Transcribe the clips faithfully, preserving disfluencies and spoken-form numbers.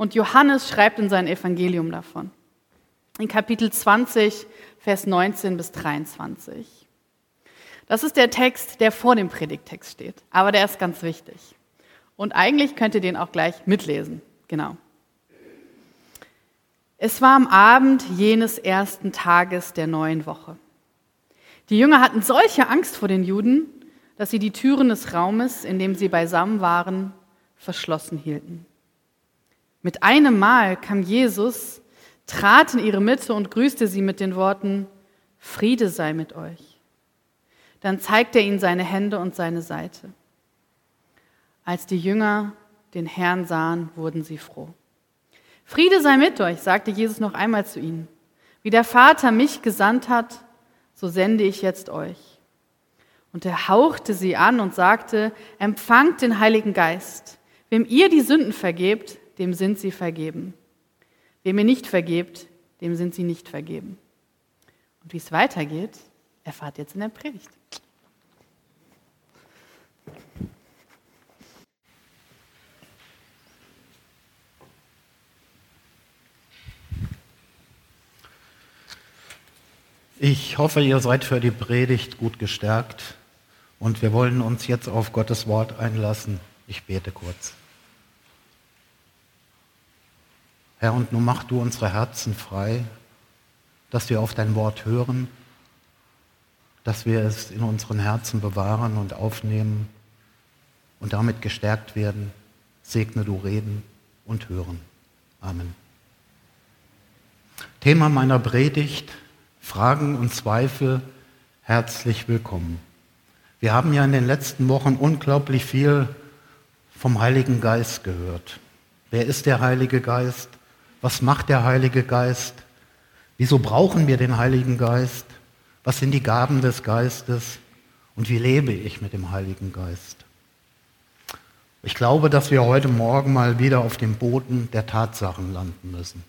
Und Johannes schreibt in sein Evangelium davon. In Kapitel zwanzig, Vers neunzehn bis dreiundzwanzig. Das ist der Text, der vor dem Predigttext steht. Aber der ist ganz wichtig. Und eigentlich könnt ihr den auch gleich mitlesen. Genau. Es war am Abend jenes ersten Tages der neuen Woche. Die Jünger hatten solche Angst vor den Juden, dass sie die Türen des Raumes, in dem sie beisammen waren, verschlossen hielten. Mit einem Mal kam Jesus, trat in ihre Mitte und grüßte sie mit den Worten: Friede sei mit euch. Dann zeigte er ihnen seine Hände und seine Seite. Als die Jünger den Herrn sahen, wurden sie froh. Friede sei mit euch, sagte Jesus noch einmal zu ihnen. Wie der Vater mich gesandt hat, so sende ich jetzt euch. Und er hauchte sie an und sagte: Empfangt den Heiligen Geist. Wem ihr die Sünden vergebt, dem sind sie vergeben. Wem ihr nicht vergebt, dem sind sie nicht vergeben. Und wie es weitergeht, erfahrt ihr jetzt in der Predigt. Ich hoffe, ihr seid für die Predigt gut gestärkt und wir wollen uns jetzt auf Gottes Wort einlassen. Ich bete kurz. Herr, und nun mach du unsere Herzen frei, dass wir auf dein Wort hören, dass wir es in unseren Herzen bewahren und aufnehmen und damit gestärkt werden. Segne du Reden und Hören. Amen. Thema meiner Predigt: Fragen und Zweifel, herzlich willkommen. Wir haben ja in den letzten Wochen unglaublich viel vom Heiligen Geist gehört. Wer ist der Heilige Geist? Was macht der Heilige Geist? Wieso brauchen wir den Heiligen Geist? Was sind die Gaben des Geistes? Und wie lebe ich mit dem Heiligen Geist? Ich glaube, dass wir heute Morgen mal wieder auf dem Boden der Tatsachen landen müssen.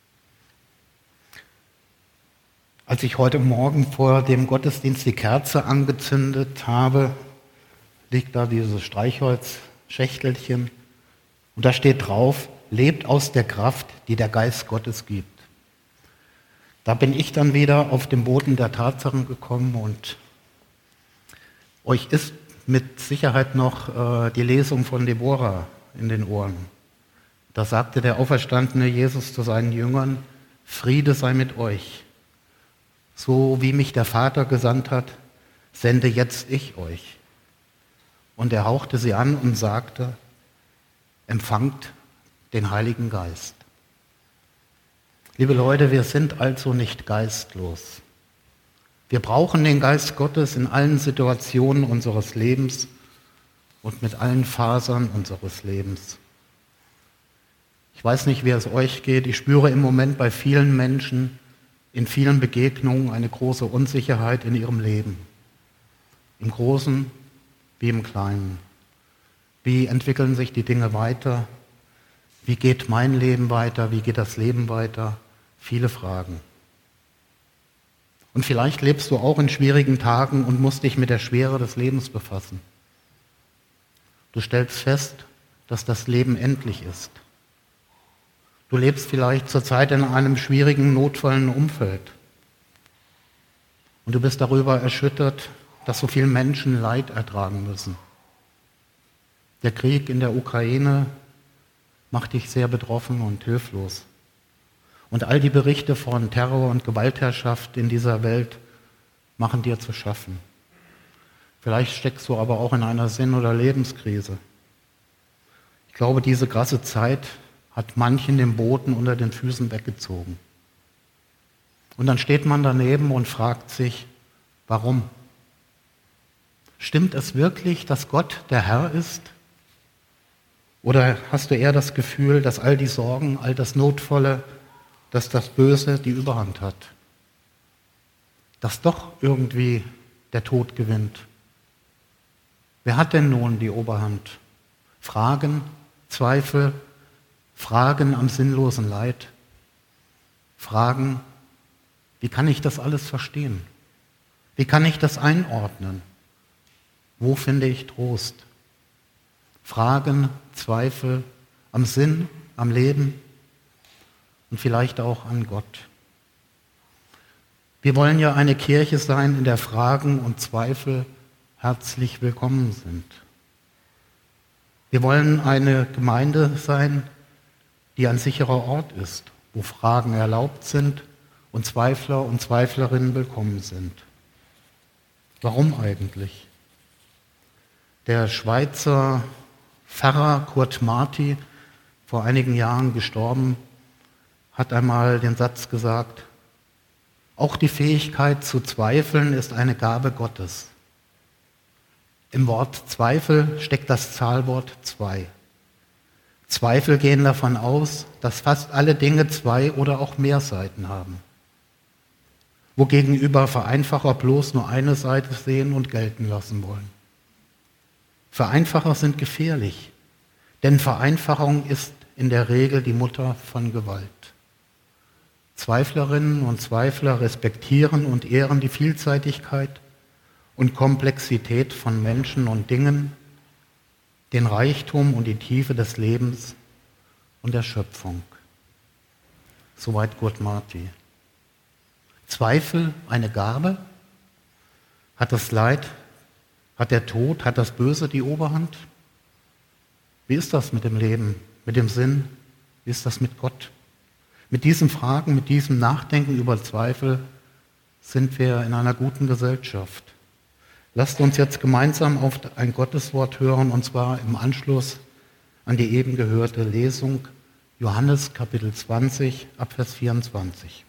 Als ich heute Morgen vor dem Gottesdienst die Kerze angezündet habe, liegt da dieses Streichholzschächtelchen und da steht drauf: Lebt aus der Kraft, die der Geist Gottes gibt. Da bin ich dann wieder auf den Boden der Tatsachen gekommen und euch ist mit Sicherheit noch äh, die Lesung von Deborah in den Ohren. Da sagte der auferstandene Jesus zu seinen Jüngern: Friede sei mit euch. So wie mich der Vater gesandt hat, sende jetzt ich euch. Und er hauchte sie an und sagte: Empfangt den Heiligen Geist. Liebe Leute, wir sind also nicht geistlos. Wir brauchen den Geist Gottes in allen Situationen unseres Lebens und mit allen Fasern unseres Lebens. Ich weiß nicht, wie es euch geht. Ich spüre im Moment bei vielen Menschen in vielen Begegnungen eine große Unsicherheit in ihrem Leben. Im Großen wie im Kleinen. Wie entwickeln sich die Dinge weiter? Wie geht mein Leben weiter? Wie geht das Leben weiter? Viele Fragen. Und vielleicht lebst du auch in schwierigen Tagen und musst dich mit der Schwere des Lebens befassen. Du stellst fest, dass das Leben endlich ist. Du lebst vielleicht zurzeit in einem schwierigen, notvollen Umfeld. Und du bist darüber erschüttert, dass so viele Menschen Leid ertragen müssen. Der Krieg in der Ukraine macht dich sehr betroffen und hilflos. Und all die Berichte von Terror und Gewaltherrschaft in dieser Welt machen dir zu schaffen. Vielleicht steckst du aber auch in einer Sinn- oder Lebenskrise. Ich glaube, diese krasse Zeit hat manchen den Boden unter den Füßen weggezogen. Und dann steht man daneben und fragt sich, warum? Stimmt es wirklich, dass Gott der Herr ist? Oder hast du eher das Gefühl, dass all die Sorgen, all das Notvolle, dass das Böse die Überhand hat? Dass doch irgendwie der Tod gewinnt? Wer hat denn nun die Oberhand? Fragen, Zweifel, Fragen am sinnlosen Leid, Fragen, wie kann ich das alles verstehen? Wie kann ich das einordnen? Wo finde ich Trost? Fragen, Zweifel am Sinn am Leben und vielleicht auch an Gott. Wir wollen ja eine Kirche sein, in der Fragen und Zweifel herzlich willkommen sind. Wir wollen eine Gemeinde sein, die ein sicherer Ort ist, wo Fragen erlaubt sind und Zweifler und Zweiflerinnen willkommen sind. Warum eigentlich? Der Schweizer Pfarrer Kurt Marti, vor einigen Jahren gestorben, hat einmal den Satz gesagt: Auch die Fähigkeit zu zweifeln ist eine Gabe Gottes. Im Wort Zweifel steckt das Zahlwort zwei. Zweifel gehen davon aus, dass fast alle Dinge zwei oder auch mehr Seiten haben, wogegenüber Vereinfacher bloß nur eine Seite sehen und gelten lassen wollen. Vereinfacher sind gefährlich, denn Vereinfachung ist in der Regel die Mutter von Gewalt. Zweiflerinnen und Zweifler respektieren und ehren die Vielseitigkeit und Komplexität von Menschen und Dingen, den Reichtum und die Tiefe des Lebens und der Schöpfung. Soweit Kurt Marti. Zweifel eine Gabe? Hat das Leid, hat der Tod, hat das Böse die Oberhand? Wie ist das mit dem Leben, mit dem Sinn? Wie ist das mit Gott? Mit diesen Fragen, mit diesem Nachdenken über Zweifel sind wir in einer guten Gesellschaft. Lasst uns jetzt gemeinsam auf ein Gotteswort hören, und zwar im Anschluss an die eben gehörte Lesung, Johannes Kapitel zwanzig, Abvers vierundzwanzig.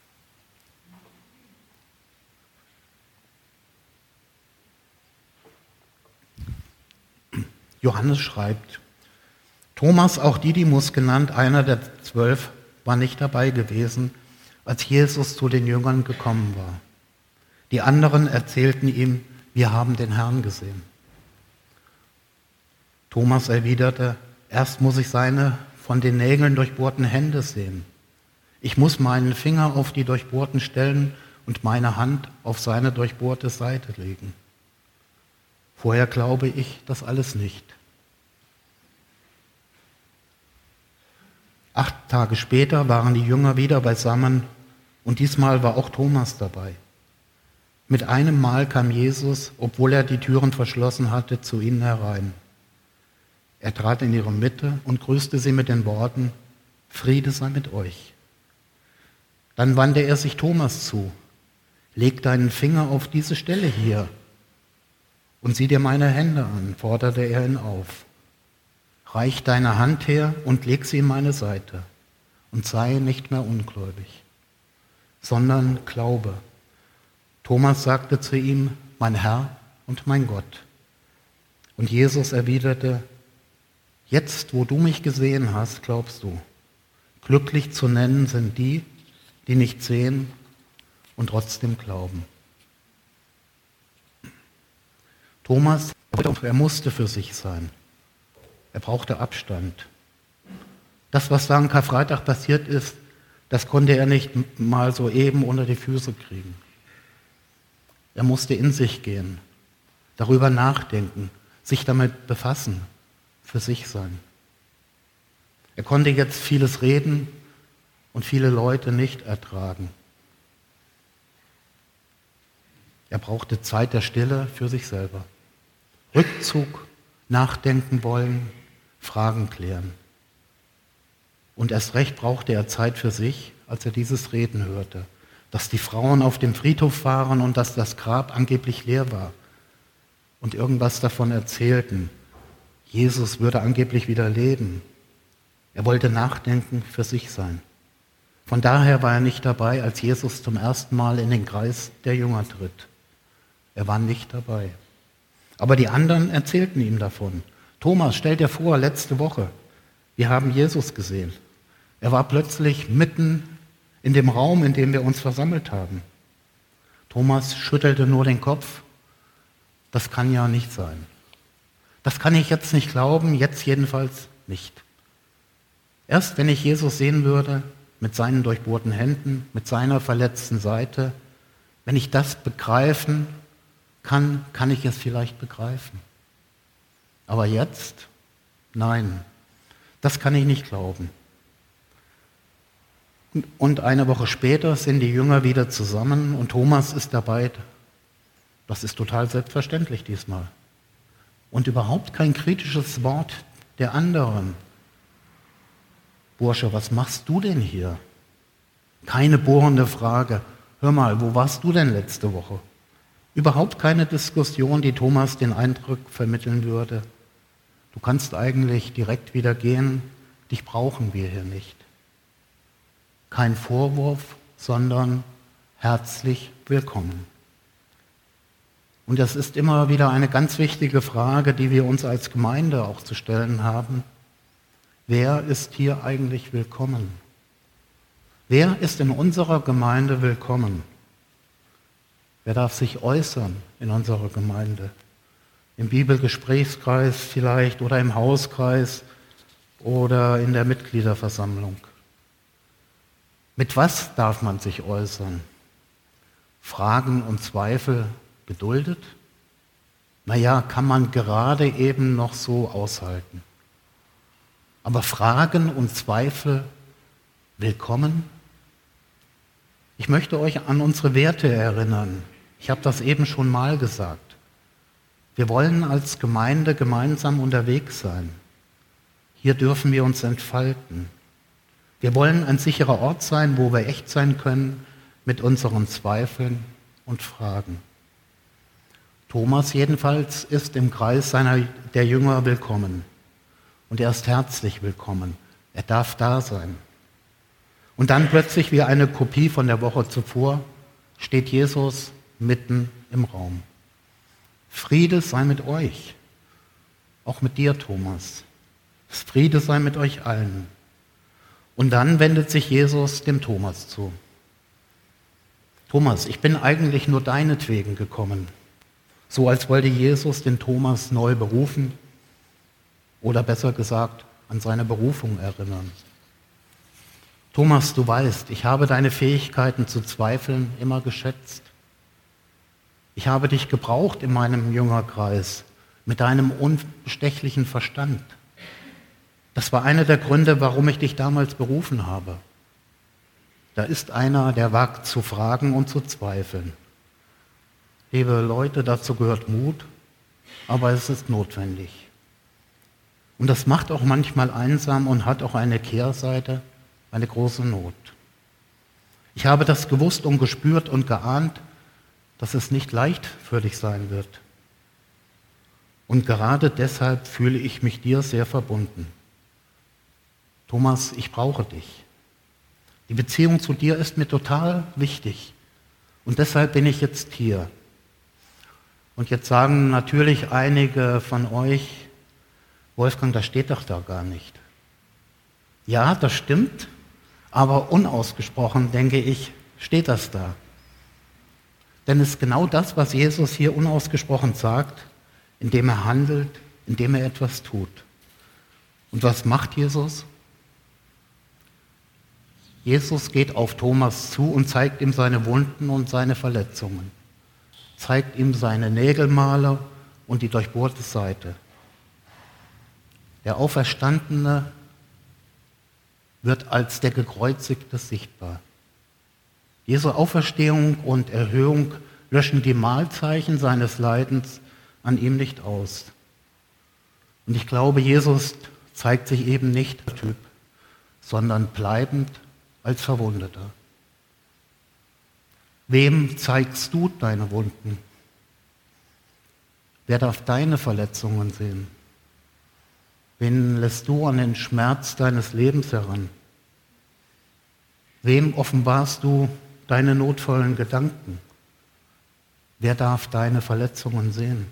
Johannes schreibt: Thomas, auch Didymus genannt, einer der zwölf, war nicht dabei gewesen, als Jesus zu den Jüngern gekommen war. Die anderen erzählten ihm: Wir haben den Herrn gesehen. Thomas erwiderte: Erst muss ich seine von den Nägeln durchbohrten Hände sehen. Ich muss meinen Finger auf die durchbohrten Stellen und meine Hand auf seine durchbohrte Seite legen. Vorher glaube ich das alles nicht. Acht Tage später waren die Jünger wieder beisammen und diesmal war auch Thomas dabei. Mit einem Mal kam Jesus, obwohl er die Türen verschlossen hatte, zu ihnen herein. Er trat in ihre Mitte und grüßte sie mit den Worten: Friede sei mit euch. Dann wandte er sich Thomas zu: Leg deinen Finger auf diese Stelle hier und sieh dir meine Hände an, forderte er ihn auf. Reich deine Hand her und leg sie in meine Seite und sei nicht mehr ungläubig, sondern glaube. Thomas sagte zu ihm: Mein Herr und mein Gott. Und Jesus erwiderte: Jetzt, wo du mich gesehen hast, glaubst du. Glücklich zu nennen sind die, die nicht sehen und trotzdem glauben. Thomas, er musste für sich sein. Er brauchte Abstand. Das, was da am Karfreitag passiert ist, das konnte er nicht mal so eben unter die Füße kriegen. Er musste in sich gehen, darüber nachdenken, sich damit befassen, für sich sein. Er konnte jetzt vieles reden und viele Leute nicht ertragen. Er brauchte Zeit der Stille für sich selber. Rückzug, nachdenken wollen, Fragen klären. Und erst recht brauchte er Zeit für sich, als er dieses Reden hörte, dass die Frauen auf dem Friedhof waren und dass das Grab angeblich leer war und irgendwas davon erzählten. Jesus würde angeblich wieder leben. Er wollte nachdenken, für sich sein. Von daher war er nicht dabei, als Jesus zum ersten Mal in den Kreis der Jünger tritt. Er war nicht dabei. Aber die anderen erzählten ihm davon. Thomas, stell dir vor, letzte Woche, wir haben Jesus gesehen. Er war plötzlich mitten in dem Raum, in dem wir uns versammelt haben. Thomas schüttelte nur den Kopf. Das kann ja nicht sein. Das kann ich jetzt nicht glauben, jetzt jedenfalls nicht. Erst wenn ich Jesus sehen würde, mit seinen durchbohrten Händen, mit seiner verletzten Seite, wenn ich das begreifen kann, kann ich es vielleicht begreifen. Aber jetzt? Nein. Das kann ich nicht glauben. Und eine Woche später sind die Jünger wieder zusammen und Thomas ist dabei. Das ist total selbstverständlich diesmal. Und überhaupt kein kritisches Wort der anderen. Bursche, was machst du denn hier? Keine bohrende Frage. Hör mal, wo warst du denn letzte Woche? Überhaupt keine Diskussion, die Thomas den Eindruck vermitteln würde. Du kannst eigentlich direkt wieder gehen, dich brauchen wir hier nicht. Kein Vorwurf, sondern herzlich willkommen. Und das ist immer wieder eine ganz wichtige Frage, die wir uns als Gemeinde auch zu stellen haben. Wer ist hier eigentlich willkommen? Wer ist in unserer Gemeinde willkommen? Wer darf sich äußern in unserer Gemeinde? Im Bibelgesprächskreis vielleicht oder im Hauskreis oder in der Mitgliederversammlung. Mit was darf man sich äußern? Fragen und Zweifel geduldet? Naja, kann man gerade eben noch so aushalten. Aber Fragen und Zweifel willkommen? Ich möchte euch an unsere Werte erinnern. Ich habe das eben schon mal gesagt. Wir wollen als Gemeinde gemeinsam unterwegs sein. Hier dürfen wir uns entfalten. Wir wollen ein sicherer Ort sein, wo wir echt sein können mit unseren Zweifeln und Fragen. Thomas jedenfalls ist im Kreis seiner, der Jünger willkommen. Und er ist herzlich willkommen. Er darf da sein. Und dann plötzlich wie eine Kopie von der Woche zuvor steht Jesus mitten im Raum. Friede sei mit euch, auch mit dir, Thomas. Friede sei mit euch allen. Und dann wendet sich Jesus dem Thomas zu. Thomas, ich bin eigentlich nur deinetwegen gekommen. So als wollte Jesus den Thomas neu berufen oder besser gesagt an seine Berufung erinnern. Thomas, du weißt, ich habe deine Fähigkeiten zu zweifeln immer geschätzt. Ich habe dich gebraucht in meinem Jüngerkreis mit deinem unbestechlichen Verstand. Das war einer der Gründe, warum ich dich damals berufen habe. Da ist einer, der wagt zu fragen und zu zweifeln. Liebe Leute, dazu gehört Mut, aber es ist notwendig. Und das macht auch manchmal einsam und hat auch eine Kehrseite, eine große Not. Ich habe das gewusst und gespürt und geahnt, dass es nicht leicht für dich sein wird. Und gerade deshalb fühle ich mich dir sehr verbunden. Thomas, ich brauche dich. Die Beziehung zu dir ist mir total wichtig. Und deshalb bin ich jetzt hier. Und jetzt sagen natürlich einige von euch, Wolfgang, das steht doch da gar nicht. Ja, das stimmt, aber unausgesprochen, denke ich, steht das da. Denn es ist genau das, was Jesus hier unausgesprochen sagt, indem er handelt, indem er etwas tut. Und was macht Jesus? Jesus geht auf Thomas zu und zeigt ihm seine Wunden und seine Verletzungen. Zeigt ihm seine Nägelmale und die durchbohrte Seite. Der Auferstandene wird als der Gekreuzigte sichtbar. Jesu Auferstehung und Erhöhung löschen die Malzeichen seines Leidens an ihm nicht aus. Und ich glaube, Jesus zeigt sich eben nicht als Typ, sondern bleibend als Verwundeter. Wem zeigst du deine Wunden? Wer darf deine Verletzungen sehen? Wen lässt du an den Schmerz deines Lebens heran? Wem offenbarst du deine notvollen Gedanken? Wer darf deine Verletzungen sehen?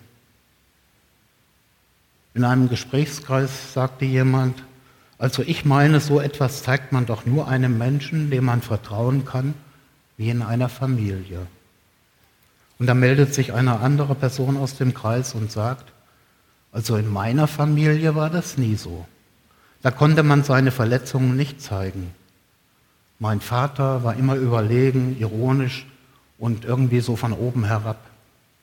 In einem Gesprächskreis sagte jemand, also ich meine, so etwas zeigt man doch nur einem Menschen, dem man vertrauen kann, wie in einer Familie. Und da meldet sich eine andere Person aus dem Kreis und sagt, also in meiner Familie war das nie so. Da konnte man seine Verletzungen nicht zeigen. Mein Vater war immer überlegen, ironisch und irgendwie so von oben herab.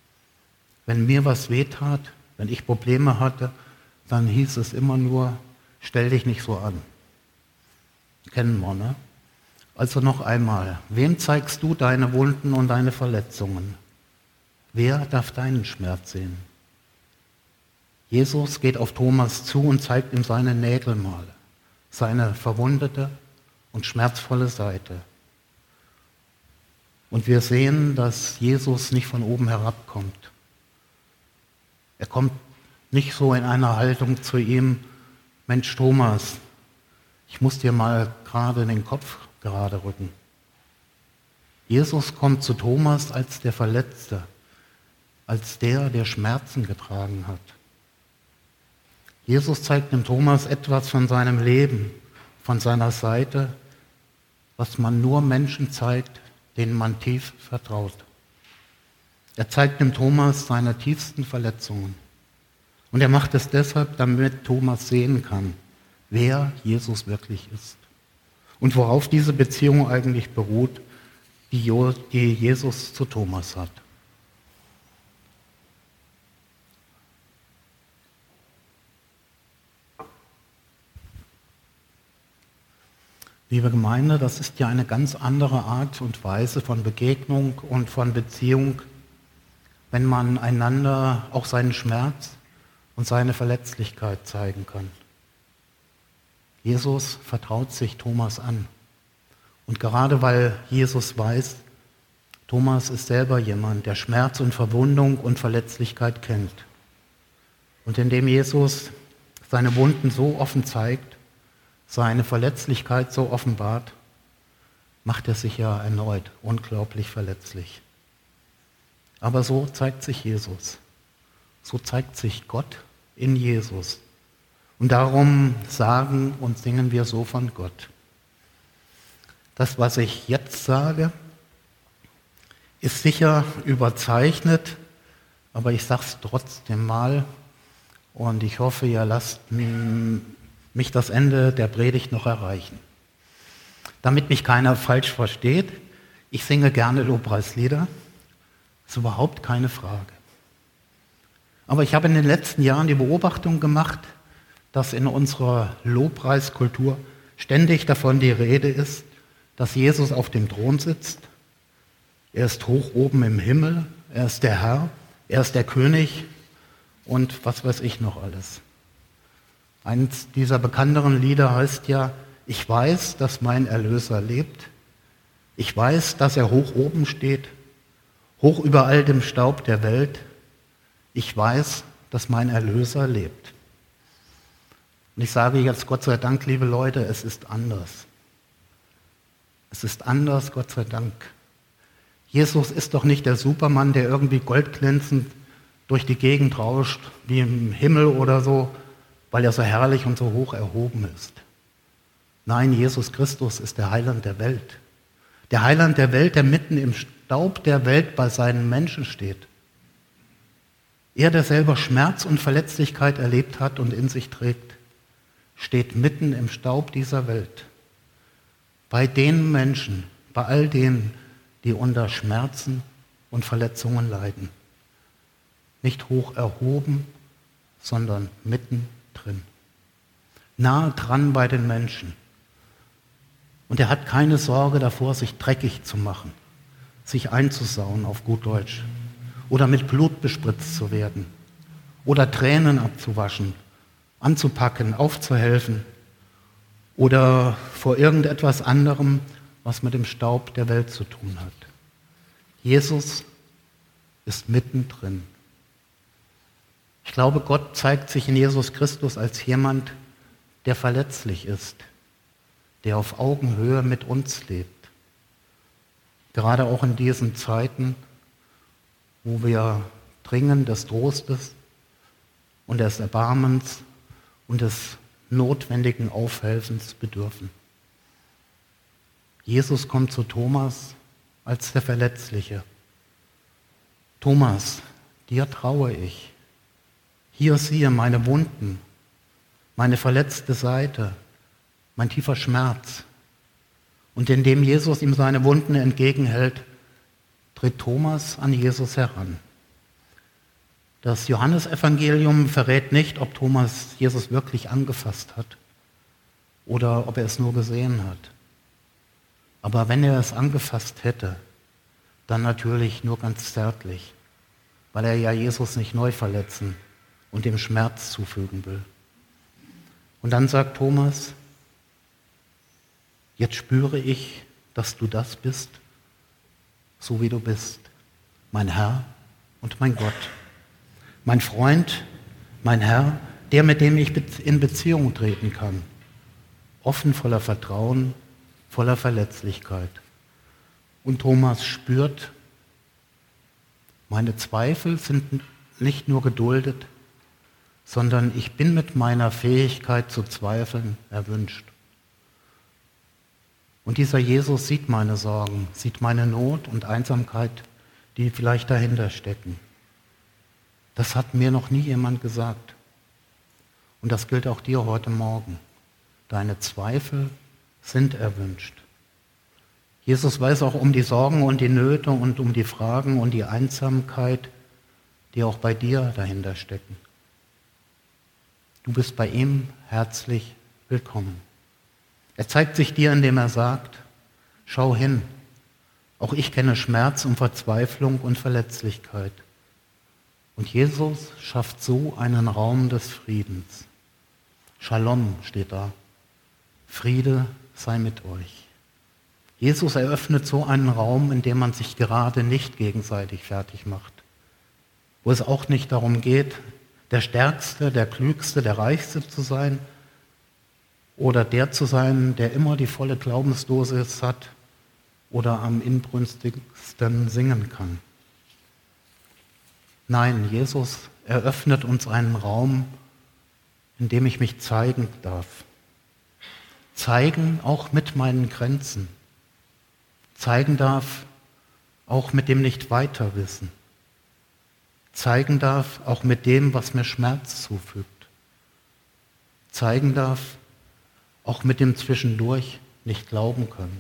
Wenn mir was wehtat, wenn ich Probleme hatte, dann hieß es immer nur, stell dich nicht so an. Kennen wir, ne? Also noch einmal, wem zeigst du deine Wunden und deine Verletzungen? Wer darf deinen Schmerz sehen? Jesus geht auf Thomas zu und zeigt ihm seine Nägelmale, seine verwundete und schmerzvolle Seite. Und wir sehen, dass Jesus nicht von oben herabkommt. Er kommt nicht so in einer Haltung zu ihm, Mensch Thomas, ich muss dir mal gerade den Kopf gerade rücken. Jesus kommt zu Thomas als der Verletzte, als der, der Schmerzen getragen hat. Jesus zeigt dem Thomas etwas von seinem Leben, von seiner Seite, was man nur Menschen zeigt, denen man tief vertraut. Er zeigt dem Thomas seine tiefsten Verletzungen. Und er macht es deshalb, damit Thomas sehen kann, wer Jesus wirklich ist. Und worauf diese Beziehung eigentlich beruht, die Jesus zu Thomas hat. Liebe Gemeinde, das ist ja eine ganz andere Art und Weise von Begegnung und von Beziehung, wenn man einander auch seinen Schmerz und seine Verletzlichkeit zeigen kann. Jesus vertraut sich Thomas an. Und gerade weil Jesus weiß, Thomas ist selber jemand, der Schmerz und Verwundung und Verletzlichkeit kennt. Und indem Jesus seine Wunden so offen zeigt, seine Verletzlichkeit so offenbart, macht er sich ja erneut unglaublich verletzlich. Aber so zeigt sich Jesus. So zeigt sich Gott in Jesus. Und darum sagen und singen wir so von Gott. Das, was ich jetzt sage, ist sicher überzeichnet, aber ich sage es trotzdem mal und ich hoffe, ihr lasst mich das Ende der Predigt noch erreichen. Damit mich keiner falsch versteht, ich singe gerne Lobpreislieder, ist überhaupt keine Frage. Aber ich habe in den letzten Jahren die Beobachtung gemacht, dass in unserer Lobpreiskultur ständig davon die Rede ist, dass Jesus auf dem Thron sitzt. Er ist hoch oben im Himmel, er ist der Herr, er ist der König und was weiß ich noch alles. Eines dieser bekannteren Lieder heißt ja, ich weiß, dass mein Erlöser lebt. Ich weiß, dass er hoch oben steht, hoch über all dem Staub der Welt. Ich weiß, dass mein Erlöser lebt. Und ich sage jetzt, Gott sei Dank, liebe Leute, es ist anders. Es ist anders, Gott sei Dank. Jesus ist doch nicht der Supermann, der irgendwie goldglänzend durch die Gegend rauscht, wie im Himmel oder so, weil er so herrlich und so hoch erhoben ist. Nein, Jesus Christus ist der Heiland der Welt. Der Heiland der Welt, der mitten im Staub der Welt bei seinen Menschen steht. Er, der selber Schmerz und Verletzlichkeit erlebt hat und in sich trägt, steht mitten im Staub dieser Welt. Bei den Menschen, bei all denen, die unter Schmerzen und Verletzungen leiden. Nicht hoch erhoben, sondern mittendrin. Nahe dran bei den Menschen. Und er hat keine Sorge davor, sich dreckig zu machen, sich einzusauen auf gut Deutsch oder mit Blut bespritzt zu werden oder Tränen abzuwaschen, anzupacken, aufzuhelfen oder vor irgendetwas anderem, was mit dem Staub der Welt zu tun hat. Jesus ist mittendrin. Ich glaube, Gott zeigt sich in Jesus Christus als jemand, der verletzlich ist, der auf Augenhöhe mit uns lebt. Gerade auch in diesen Zeiten, wo wir dringend des Trostes und des Erbarmens und des notwendigen Aufhelfens bedürfen. Jesus kommt zu Thomas als der Verletzliche. Thomas, dir traue ich. Hier siehe meine Wunden, meine verletzte Seite, mein tiefer Schmerz. Und indem Jesus ihm seine Wunden entgegenhält, tritt Thomas an Jesus heran. Das Johannesevangelium verrät nicht, ob Thomas Jesus wirklich angefasst hat. oder ob er es nur gesehen hat. Aber wenn er es angefasst hätte, dann natürlich nur ganz zärtlich, weil er ja Jesus nicht neu verletzen und dem Schmerz zufügen will. Und dann sagt Thomas, jetzt spüre ich, dass du das bist, so wie du bist, mein Herr und mein Gott, mein Freund, mein Herr, der, mit dem ich in Beziehung treten kann, offen, voller Vertrauen, voller Verletzlichkeit. Und Thomas spürt, meine Zweifel sind nicht nur geduldet, sondern ich bin mit meiner Fähigkeit zu zweifeln erwünscht. Und dieser Jesus sieht meine Sorgen, sieht meine Not und Einsamkeit, die vielleicht dahinter stecken. Das hat mir noch nie jemand gesagt. Und das gilt auch dir heute Morgen. Deine Zweifel sind erwünscht. Jesus weiß auch um die Sorgen und die Nöte und um die Fragen und die Einsamkeit, die auch bei dir dahinter stecken. Du bist bei ihm herzlich willkommen. Er zeigt sich dir, indem er sagt, schau hin, auch ich kenne Schmerz und Verzweiflung und Verletzlichkeit. Und Jesus schafft so einen Raum des Friedens. Shalom steht da. Friede sei mit euch. Jesus eröffnet so einen Raum, in dem man sich gerade nicht gegenseitig fertig macht. Wo es auch nicht darum geht, der Stärkste, der Klügste, der Reichste zu sein oder der zu sein, der immer die volle Glaubensdosis hat oder am inbrünstigsten singen kann. Nein, Jesus eröffnet uns einen Raum, in dem ich mich zeigen darf. Zeigen auch mit meinen Grenzen. Zeigen darf auch mit dem Nicht-Weiter-Wissen. Zeigen darf auch mit dem, was mir Schmerz zufügt. Zeigen darf auch mit dem Zwischendurch nicht glauben können.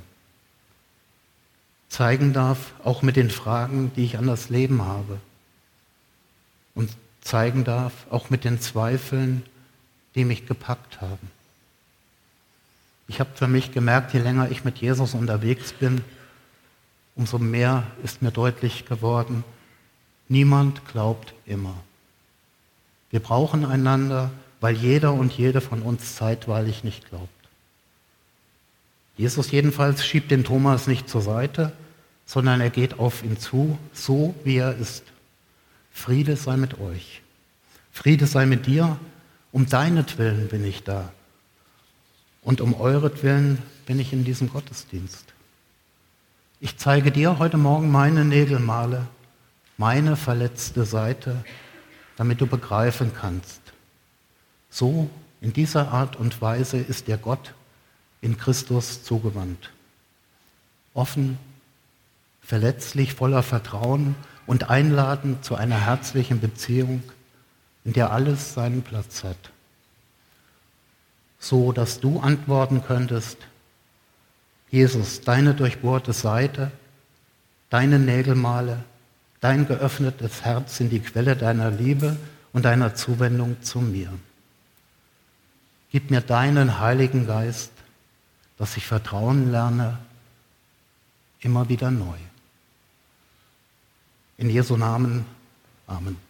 Zeigen darf auch mit den Fragen, die ich an das Leben habe. Und zeigen darf auch mit den Zweifeln, die mich gepackt haben. Ich habe für mich gemerkt, je länger ich mit Jesus unterwegs bin, umso mehr ist mir deutlich geworden, niemand glaubt immer. Wir brauchen einander, weil jeder und jede von uns zeitweilig nicht glaubt. Jesus jedenfalls schiebt den Thomas nicht zur Seite, sondern er geht auf ihn zu, so wie er ist. Friede sei mit euch. Friede sei mit dir. Um deinetwillen bin ich da. Und um euretwillen bin ich in diesem Gottesdienst. Ich zeige dir heute Morgen meine Nägelmale, meine verletzte Seite, damit du begreifen kannst. So, in dieser Art und Weise ist dir Gott in Christus zugewandt. Offen, verletzlich, voller Vertrauen und einladend zu einer herzlichen Beziehung, in der alles seinen Platz hat. So, dass du antworten könntest, Jesus, deine durchbohrte Seite, deine Nägelmale, dein geöffnetes Herz sind die Quelle deiner Liebe und deiner Zuwendung zu mir. Gib mir deinen Heiligen Geist, dass ich vertrauen lerne, immer wieder neu. In Jesu Namen, Amen.